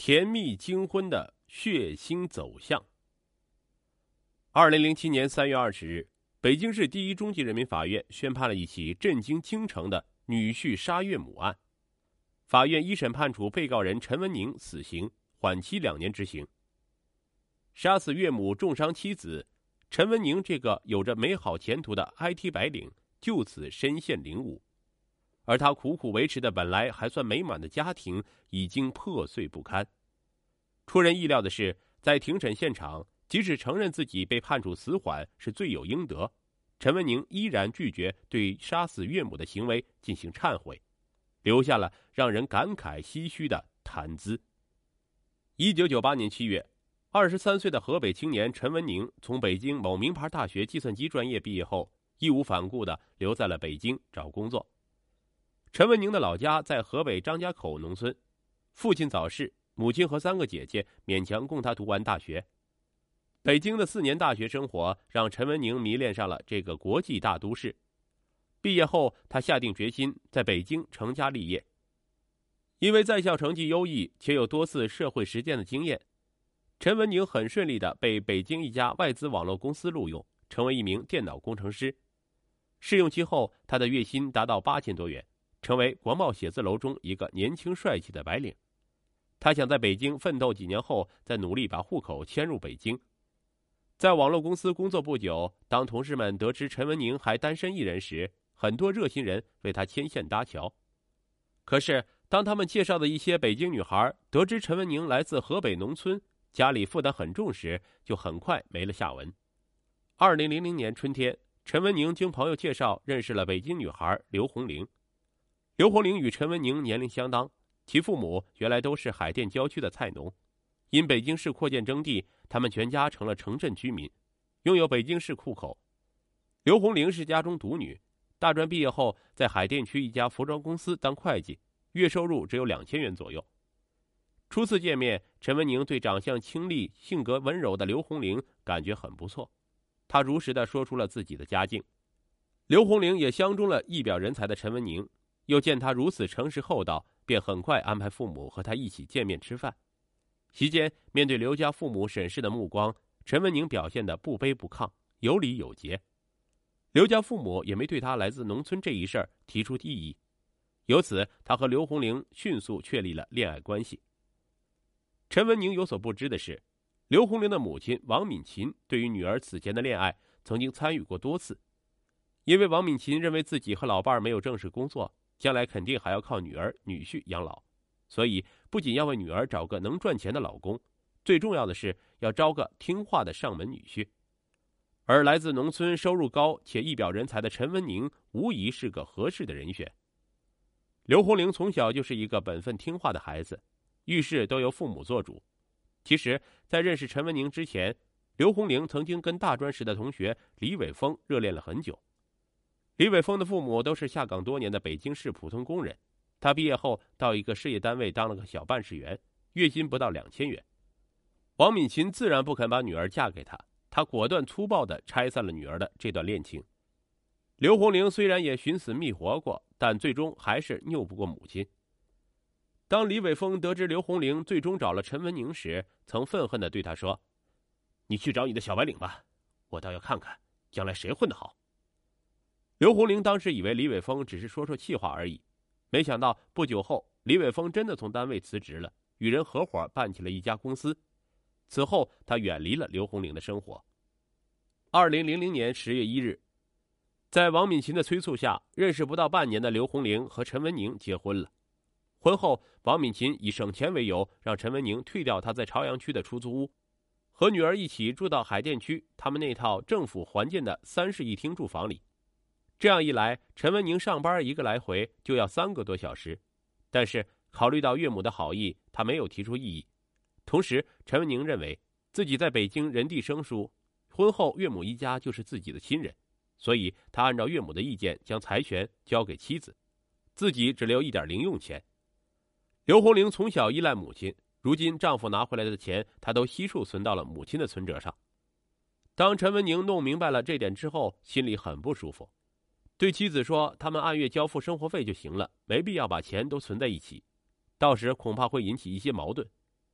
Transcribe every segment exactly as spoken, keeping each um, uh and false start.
甜蜜惊婚的血腥走向。二零零七年三月二十日，北京市第一中级人民法院宣判了一起震惊京城的女婿杀岳母案。法院一审判处被告人陈文宁死刑，缓期两年执行。杀死岳母重伤妻子，陈文宁这个有着美好前途的 I T 白领就此身陷囹圄，而他苦苦维持的本来还算美满的家庭已经破碎不堪。出人意料的是，在庭审现场，即使承认自己被判处死缓是罪有应得，陈文宁依然拒绝对杀死岳母的行为进行忏悔，留下了让人感慨唏嘘的谈资。一九九八年七月，二十三岁的河北青年陈文宁从北京某名牌大学计算机专业毕业后，义无反顾地留在了北京找工作。陈文宁的老家在河北张家口农村，父亲早逝，母亲和三个姐姐勉强供他读完大学。北京的四年大学生活让陈文宁迷恋上了这个国际大都市。毕业后，他下定决心在北京成家立业。因为在校成绩优异且有多次社会实践的经验，陈文宁很顺利地被北京一家外资网络公司录用，成为一名电脑工程师。试用期后，他的月薪达到八千多元，成为国贸写字楼中一个年轻帅气的白领。他想在北京奋斗几年后，再努力把户口迁入北京。在网络公司工作不久，当同事们得知陈文宁还单身一人时，很多热心人为他牵线搭桥。可是当他们介绍的一些北京女孩得知陈文宁来自河北农村，家里负担很重时，就很快没了下文。二零零零年春天，陈文宁经朋友介绍认识了北京女孩刘红玲。刘红玲与陈文宁年龄相当，其父母原来都是海淀郊区的菜农，因北京市扩建征地，他们全家成了城镇居民，拥有北京市户口。刘红玲是家中独女，大专毕业后在海淀区一家服装公司当会计，月收入只有两千元左右。初次见面，陈文宁对长相清丽、性格温柔的刘红玲感觉很不错，他如实地说出了自己的家境。刘红玲也相中了一表人才的陈文宁，又见他如此诚实厚道，便很快安排父母和他一起见面吃饭。席间，面对刘家父母审视的目光，陈文宁表现得不卑不亢，有礼有节。刘家父母也没对他来自农村这一事儿提出异议，由此他和刘红玲迅速确立了恋爱关系。陈文宁有所不知的是，刘红玲的母亲王敏琴对于女儿此前的恋爱曾经参与过多次。因为王敏琴认为自己和老伴儿没有正式工作，将来肯定还要靠女儿女婿养老，所以不仅要为女儿找个能赚钱的老公，最重要的是要招个听话的上门女婿。而来自农村、收入高且一表人才的陈文宁无疑是个合适的人选。刘红玲从小就是一个本分听话的孩子，遇事都由父母做主。其实在认识陈文宁之前，刘红玲曾经跟大专时的同学李伟峰热恋了很久。李伟峰的父母都是下岗多年的北京市普通工人，他毕业后到一个事业单位当了个小办事员，月薪不到两千元。王敏琴自然不肯把女儿嫁给他，他果断粗暴地拆散了女儿的这段恋情。刘红玲虽然也寻死觅活过，但最终还是拗不过母亲。当李伟峰得知刘红玲最终找了陈文宁时，曾愤恨地对他说：“你去找你的小白领吧，我倒要看看将来谁混得好。”刘红玲当时以为李伟峰只是说说气话而已，没想到不久后，李伟峰真的从单位辞职了，与人合伙办起了一家公司。此后，他远离了刘红玲的生活。二零零零年十月一日，在王敏琴的催促下，认识不到半年的刘红玲和陈文宁结婚了。婚后，王敏琴以省钱为由，让陈文宁退掉他在朝阳区的出租屋，和女儿一起住到海淀区他们那套政府环建的三室一厅住房里。这样一来，陈文宁上班一个来回就要三个多小时，但是考虑到岳母的好意，他没有提出异议。同时，陈文宁认为自己在北京人地生疏，婚后岳母一家就是自己的亲人，所以他按照岳母的意见将财权交给妻子，自己只留一点零用钱。刘红玲从小依赖母亲，如今丈夫拿回来的钱，她都悉数存到了母亲的存折上。当陈文宁弄明白了这点之后，心里很不舒服，对妻子说他们按月交付生活费就行了，没必要把钱都存在一起，到时恐怕会引起一些矛盾。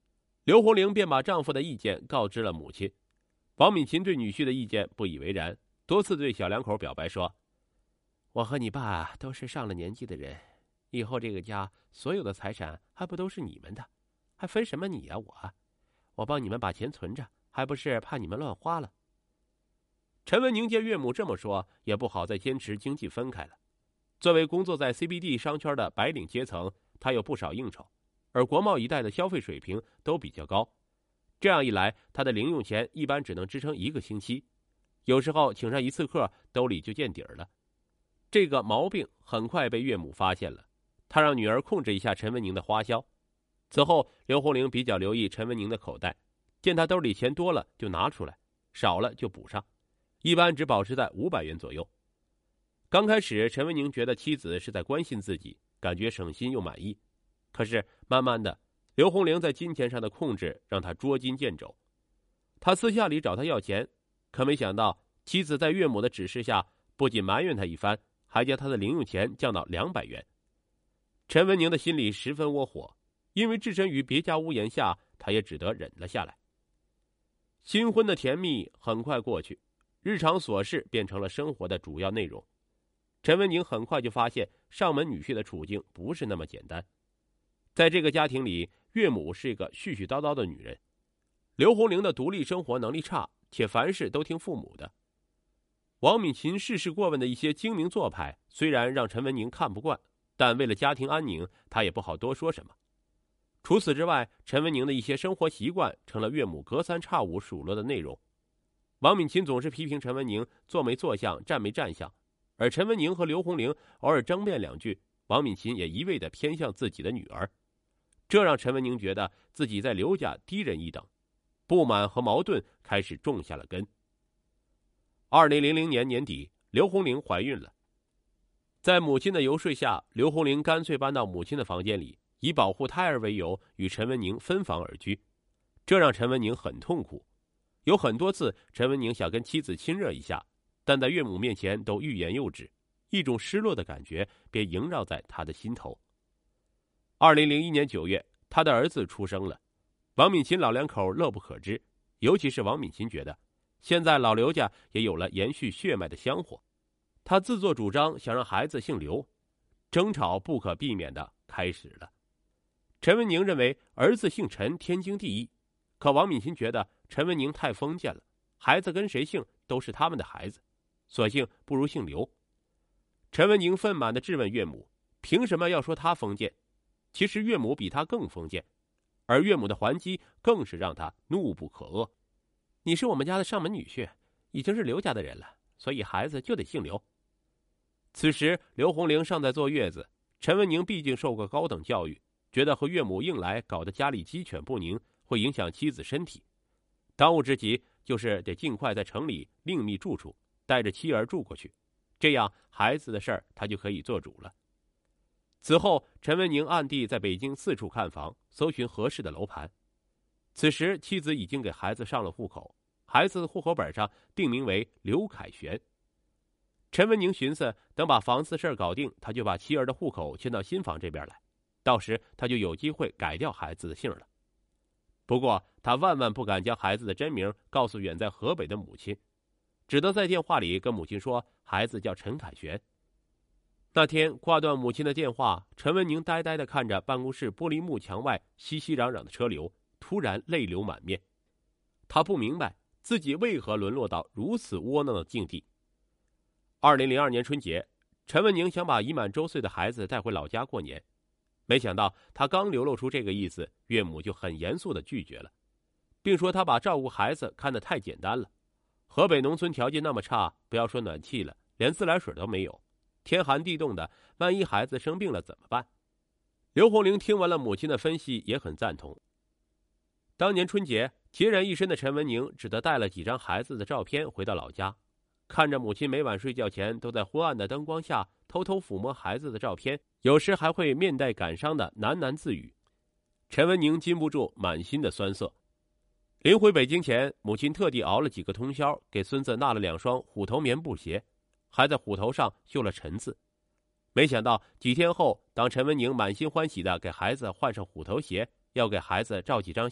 刘红玲便把丈夫的意见告知了母亲。王敏琴对女婿的意见不以为然，多次对小两口表白说：“我和你爸都是上了年纪的人，以后这个家所有的财产还不都是你们的，还分什么你呀我？我帮你们把钱存着，还不是怕你们乱花了。”陈文宁见岳母这么说，也不好再坚持经济分开了。作为工作在 C B D 商圈的白领阶层，他有不少应酬，而国贸一带的消费水平都比较高。这样一来，他的零用钱一般只能支撑一个星期，有时候请上一次课，兜里就见底儿了。这个毛病很快被岳母发现了，她让女儿控制一下陈文宁的花销。此后，刘红玲比较留意陈文宁的口袋，见他兜里钱多了就拿出来，少了就补上，一般只保持在五百元左右。刚开始，陈文宁觉得妻子是在关心自己，感觉省心又满意。可是慢慢的，刘红玲在金钱上的控制让他捉襟见肘。他私下里找他要钱，可没想到妻子在岳母的指示下，不仅埋怨他一番，还将他的零用钱降到两百元。陈文宁的心里十分窝火，因为置身于别家屋檐下，他也只得忍了下来。新婚的甜蜜很快过去，日常琐事变成了生活的主要内容。陈文宁很快就发现上门女婿的处境不是那么简单。在这个家庭里，岳母是一个絮絮叨叨的女人，刘红玲的独立生活能力差，且凡事都听父母的。王敏琴事事过问的一些精明做派，虽然让陈文宁看不惯，但为了家庭安宁，他也不好多说什么。除此之外，陈文宁的一些生活习惯成了岳母隔三差五数落的内容。王敏琴总是批评陈文宁坐没坐相，站没站相，而陈文宁和刘红玲偶尔争辩两句，王敏琴也一味地偏向自己的女儿，这让陈文宁觉得自己在刘家低人一等，不满和矛盾开始种下了根。二零零零年年底，刘红玲怀孕了。在母亲的游说下，刘红玲干脆搬到母亲的房间里，以保护胎儿为由与陈文宁分房而居，这让陈文宁很痛苦。有很多次，陈文宁想跟妻子亲热一下，但在岳母面前都欲言又止，一种失落的感觉便萦绕在他的心头。二零零一年九月，他的儿子出生了。王敏琴老两口乐不可支，尤其是王敏琴觉得现在老刘家也有了延续血脉的香火，他自作主张想让孩子姓刘，争吵不可避免的开始了。陈文宁认为儿子姓陈天经地义，可王敏琴觉得陈文宁太封建了，孩子跟谁姓都是他们的孩子，索性不如姓刘。陈文宁愤满地质问岳母，凭什么要说他封建？其实岳母比他更封建，而岳母的还击更是让他怒不可遏。你是我们家的上门女婿，已经是刘家的人了，所以孩子就得姓刘。此时刘红玲尚在坐月子，陈文宁毕竟受过高等教育，觉得和岳母硬来搞得家里鸡犬不宁，会影响妻子身体。当务之急就是得尽快在城里另觅住处，带着妻儿住过去，这样孩子的事儿他就可以做主了。此后，陈文宁暗地在北京四处看房，搜寻合适的楼盘。此时妻子已经给孩子上了户口，孩子的户口本上定名为刘凯旋。陈文宁寻思，等把房子事儿搞定，他就把妻儿的户口迁到新房这边来，到时他就有机会改掉孩子的姓了。不过他万万不敢将孩子的真名告诉远在河北的母亲，只得在电话里跟母亲说孩子叫陈凯旋。那天挂断母亲的电话，陈文宁呆呆地看着办公室玻璃幕墙外熙熙攘攘的车流，突然泪流满面。他不明白自己为何沦落到如此窝囊的境地。二零零二年春节，陈文宁想把已满周岁的孩子带回老家过年，没想到他刚流露出这个意思，岳母就很严肃地拒绝了，并说他把照顾孩子看得太简单了。河北农村条件那么差，不要说暖气了，连自来水都没有，天寒地冻的，万一孩子生病了怎么办？刘红玲听完了母亲的分析，也很赞同。当年春节，孑然一身的陈文宁只得带了几张孩子的照片回到老家，看着母亲每晚睡觉前都在昏暗的灯光下偷偷抚摸孩子的照片，有时还会面带感伤的喃喃自语。陈文宁禁不住满心的酸涩。临回北京前，母亲特地熬了几个通宵，给孙子纳了两双虎头棉布鞋，还在虎头上绣了陈字。没想到几天后，当陈文宁满心欢喜地给孩子换上虎头鞋，要给孩子照几张相，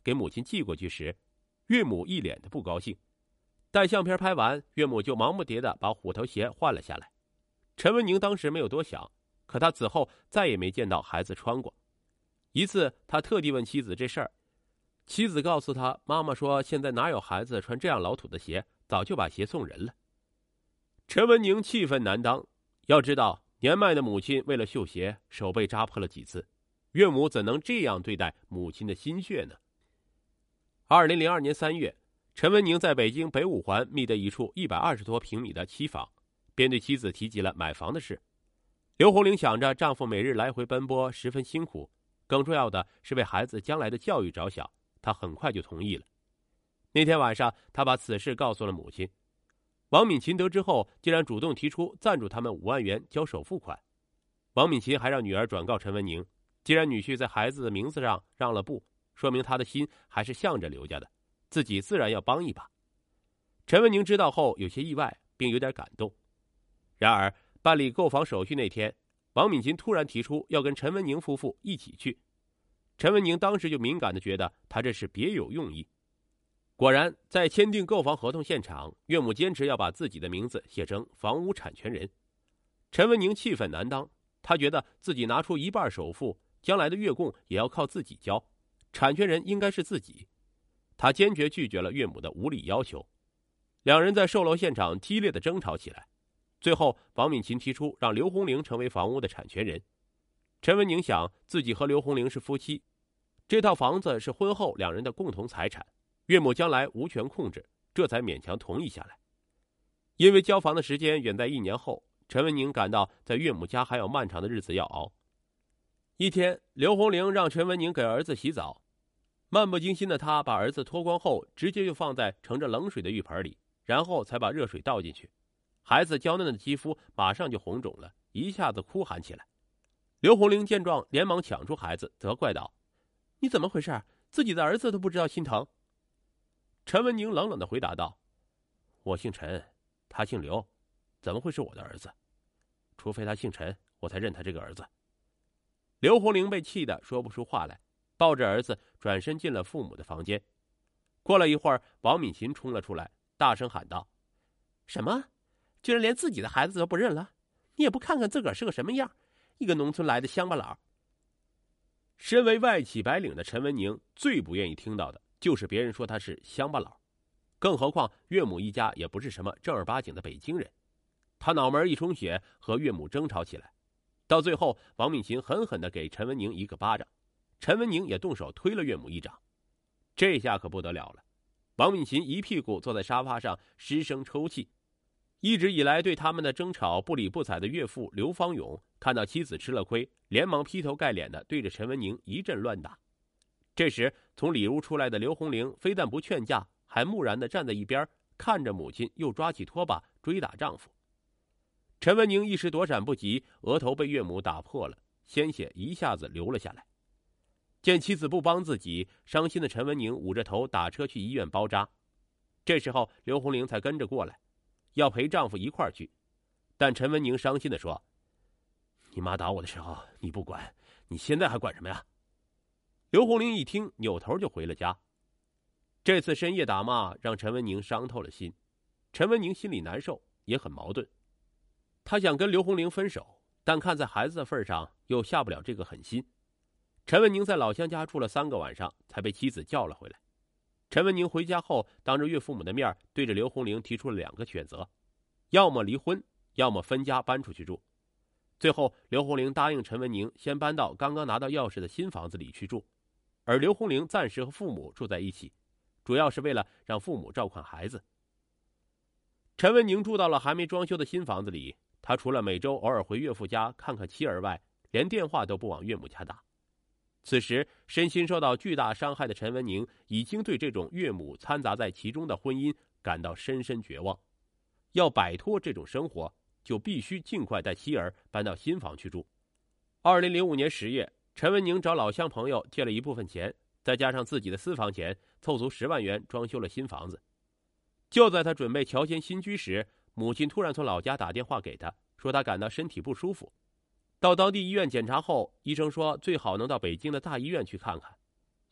给母亲寄过去时，岳母一脸的不高兴。待相片拍完，岳母就忙不迭的把虎头鞋换了下来。陈文宁当时没有多想，可他此后再也没见到孩子穿过。一次，他特地问妻子这事儿，妻子告诉他，妈妈说现在哪有孩子穿这样老土的鞋，早就把鞋送人了。陈文宁气愤难当，要知道年迈的母亲为了绣鞋，手被扎破了几次，岳母怎能这样对待母亲的心血呢？二零零二年三月，陈文宁在北京北五环觅得一处一百二十多平米的期房，便对妻子提及了买房的事。刘红玲想着丈夫每日来回奔波十分辛苦，更重要的是为孩子将来的教育着想，她很快就同意了。那天晚上，她把此事告诉了母亲。王敏琴得知后，竟然主动提出赞助他们五万元交首付款。王敏琴还让女儿转告陈文宁，既然女婿在孩子的名字上让了步，说明他的心还是向着刘家的，自己自然要帮一把。陈文宁知道后有些意外，并有点感动。然而办理购房手续那天，王敏琴突然提出要跟陈文宁夫妇一起去。陈文宁当时就敏感地觉得他这是别有用意。果然，在签订购房合同现场，岳母坚持要把自己的名字写成房屋产权人。陈文宁气愤难当，他觉得自己拿出一半首付，将来的月供也要靠自己交，产权人应该是自己。他坚决拒绝了岳母的无理要求。两人在售楼现场激烈的争吵起来。最后，王敏琴提出让刘红玲成为房屋的产权人。陈文宁想，自己和刘红玲是夫妻，这套房子是婚后两人的共同财产，岳母将来无权控制，这才勉强同意下来。因为交房的时间远在一年后，陈文宁感到在岳母家还有漫长的日子要熬。一天，刘红玲让陈文宁给儿子洗澡，漫不经心的他把儿子脱光后，直接就放在盛着冷水的浴盆里，然后才把热水倒进去。孩子娇嫩的肌肤马上就红肿了，一下子哭喊起来。刘红玲见状，连忙抢出孩子，责怪道：“你怎么回事？自己的儿子都不知道心疼。”陈文宁冷冷地回答道：“我姓陈，他姓刘，怎么会是我的儿子？除非他姓陈，我才认他这个儿子。”刘红玲被气得说不出话来，抱着儿子转身进了父母的房间。过了一会儿，王敏琴冲了出来，大声喊道：“什么？居然连自己的孩子都不认了？你也不看看自个儿是个什么样，一个农村来的乡巴佬！”身为外企白领的陈文宁最不愿意听到的就是别人说他是乡巴佬，更何况岳母一家也不是什么正儿八经的北京人。他脑门一充血，和岳母争吵起来。到最后，王敏琴狠狠地给陈文宁一个巴掌，陈文宁也动手推了岳母一掌。这下可不得了了，王敏琴一屁股坐在沙发上失声抽泣。一直以来对他们的争吵不理不睬的岳父刘方勇看到妻子吃了亏，连忙劈头盖脸的对着陈文宁一阵乱打。这时从里屋出来的刘红玲非但不劝架，还木然的站在一边，看着母亲又抓起拖把追打丈夫。陈文宁一时躲闪不及，额头被岳母打破了，鲜血一下子流了下来。见妻子不帮自己，伤心的陈文宁捂着头打车去医院包扎。这时候刘红玲才跟着过来，要陪丈夫一块儿去。但陈文宁伤心地说：“你妈打我的时候你不管，你现在还管什么呀？”刘红玲一听，扭头就回了家。这次深夜打骂让陈文宁伤透了心，陈文宁心里难受，也很矛盾。他想跟刘红玲分手，但看在孩子的份上，又下不了这个狠心。陈文宁在老乡家住了三个晚上，才被妻子叫了回来。陈文宁回家后，当着岳父母的面，对着刘红玲提出了两个选择：要么离婚，要么分家搬出去住。最后，刘红玲答应陈文宁先搬到刚刚拿到钥匙的新房子里去住，而刘红玲暂时和父母住在一起，主要是为了让父母照看孩子。陈文宁住到了还没装修的新房子里，他除了每周偶尔回岳父家看看妻儿外，连电话都不往岳母家打。此时，身心受到巨大伤害的陈文宁已经对这种岳母掺杂在其中的婚姻感到深深绝望。要摆脱这种生活，就必须尽快带妻儿搬到新房去住。二零零五年十月，陈文宁找老乡朋友借了一部分钱，再加上自己的私房钱，凑足十万元装修了新房子。就在他准备乔迁新居时，母亲突然从老家打电话给他，说他感到身体不舒服。到当地医院检查后，医生说最好能到北京的大医院去看看。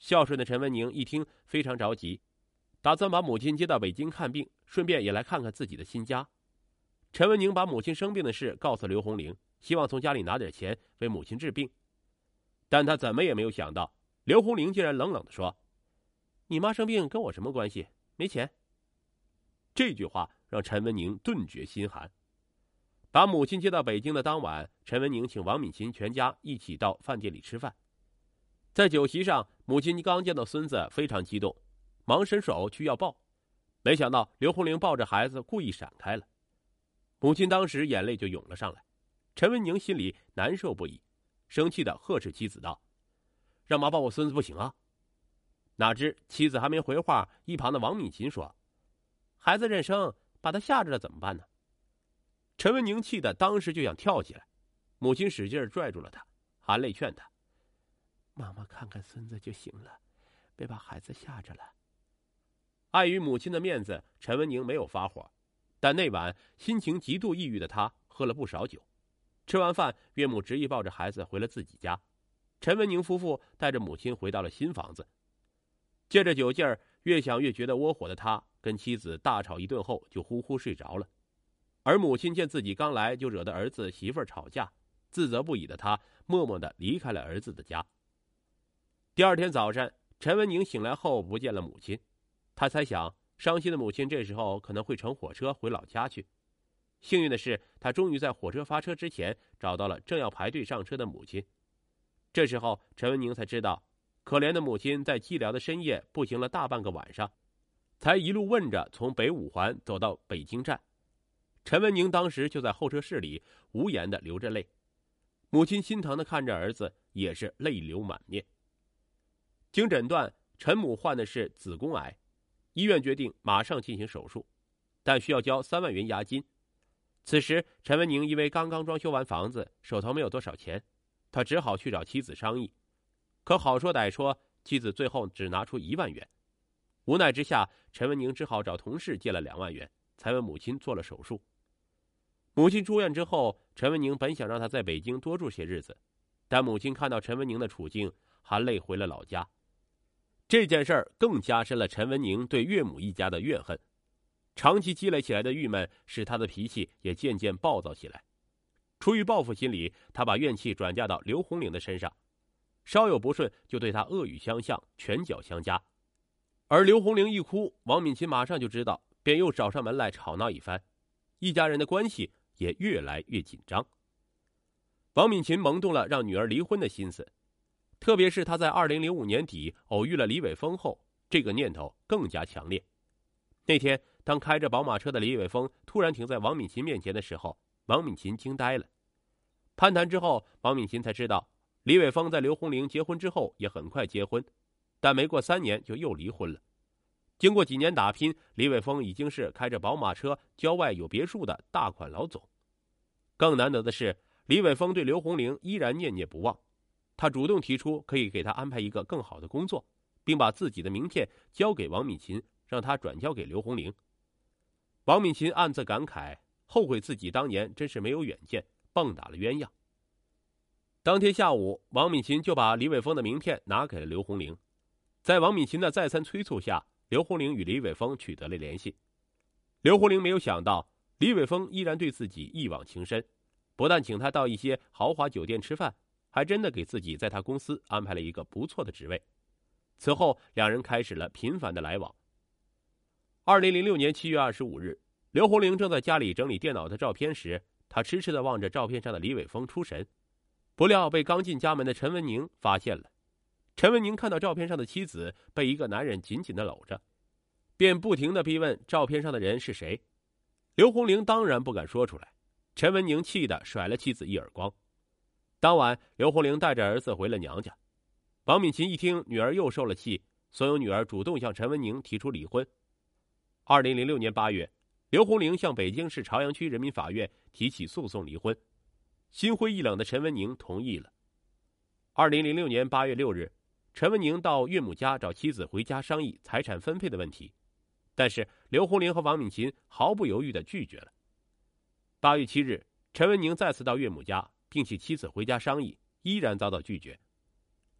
孝顺的陈文宁一听非常着急，打算把母亲接到北京看病，顺便也来看看自己的新家。陈文宁把母亲生病的事告诉刘红玲，希望从家里拿点钱为母亲治病。但他怎么也没有想到，刘红玲竟然冷冷地说：“你妈生病跟我什么关系？没钱。”这句话让陈文宁顿觉心寒。把母亲接到北京的当晚，陈文宁请王敏琴全家一起到饭店里吃饭。在酒席上，母亲刚见到孙子非常激动，忙伸手去要抱，没想到刘红玲抱着孩子故意闪开了。母亲当时眼泪就涌了上来，陈文宁心里难受不已，生气地呵斥妻子道：“让妈抱我孙子不行啊！”哪知妻子还没回话，一旁的王敏琴说：“孩子认生，把他吓着了怎么办呢？”陈文宁气得当时就想跳起来，母亲使劲拽住了他，含泪劝他：“妈妈看看孙子就行了，别把孩子吓着了。”碍于母亲的面子，陈文宁没有发火，但那晚心情极度抑郁的他喝了不少酒。吃完饭，岳母执意抱着孩子回了自己家，陈文宁夫妇带着母亲回到了新房子。借着酒劲儿，越想越觉得窝火的他，跟妻子大吵一顿后就呼呼睡着了。而母亲见自己刚来就惹得儿子媳妇儿吵架，自责不已的他默默地离开了儿子的家。第二天早晨，陈文宁醒来后不见了母亲，他猜想伤心的母亲这时候可能会乘火车回老家去。幸运的是，他终于在火车发车之前找到了正要排队上车的母亲。这时候陈文宁才知道，可怜的母亲在寂寥的深夜步行了大半个晚上，才一路问着从北五环走到北京站。陈文宁当时就在候车室里无言地流着泪，母亲心疼地看着儿子，也是泪流满面。经诊断，陈母患的是子宫癌，医院决定马上进行手术，但需要交三万元押金。此时陈文宁因为刚刚装修完房子，手头没有多少钱，他只好去找妻子商议。可好说歹说，妻子最后只拿出一万元。无奈之下，陈文宁只好找同事借了两万元，才为母亲做了手术。母亲出院之后，陈文宁本想让她在北京多住些日子，但母亲看到陈文宁的处境，含泪回了老家。这件事儿更加深了陈文宁对岳母一家的怨恨，长期积累起来的郁闷使他的脾气也渐渐暴躁起来。出于报复心理，他把怨气转嫁到刘红玲的身上，稍有不顺就对他恶语相向，拳脚相加。而刘红玲一哭，王敏琴马上就知道，便又找上门来吵闹一番，一家人的关系也越来越紧张。王敏琴萌动了让女儿离婚的心思，特别是她在二零零五年底偶遇了李伟峰后，这个念头更加强烈。那天，当开着宝马车的李伟峰突然停在王敏琴面前的时候，王敏琴惊呆了。攀谈之后，王敏琴才知道，李伟峰在刘红玲结婚之后也很快结婚，但没过三年就又离婚了。经过几年打拼，李伟峰已经是开着宝马车、郊外有别墅的大款老总。更难得的是，李伟峰对刘红玲依然念念不忘，他主动提出可以给他安排一个更好的工作，并把自己的名片交给王敏琴，让他转交给刘红玲。王敏琴暗自感慨，后悔自己当年真是没有远见，蹦打了鸳鸯。当天下午，王敏琴就把李伟峰的名片拿给了刘红玲。在王敏琴的再三催促下，刘红玲与李伟峰取得了联系。刘红玲没有想到，李伟峰依然对自己一往情深，不但请他到一些豪华酒店吃饭，还真的给自己在他公司安排了一个不错的职位。此后，两人开始了频繁的来往。二零零六年七月二十五日，刘红玲正在家里整理电脑的照片时，她痴痴地望着照片上的李伟峰出神，不料被刚进家门的陈文宁发现了。陈文宁看到照片上的妻子被一个男人紧紧地搂着，便不停地逼问照片上的人是谁。刘红玲当然不敢说出来，陈文宁气得甩了妻子一耳光。当晚，刘红玲带着儿子回了娘家。王敏琴一听女儿又受了气，所有女儿主动向陈文宁提出离婚。二零零六年八月，刘红玲向北京市朝阳区人民法院提起诉讼离婚，心灰意冷的陈文宁同意了。二零零六年八月六日，陈文宁到岳母家找妻子回家商议财产分配的问题，但是刘红玲和王敏琴毫不犹豫地拒绝了。八月七日，陈文宁再次到岳母家，并请妻子回家商议，依然遭到拒绝。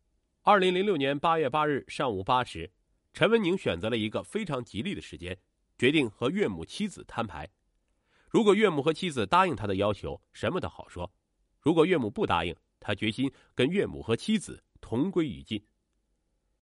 二零零六年八月八日上午八时，陈文宁选择了一个非常吉利的时间，决定和岳母妻子摊牌。如果岳母和妻子答应他的要求，什么都好说；如果岳母不答应，他决心跟岳母和妻子同归于尽。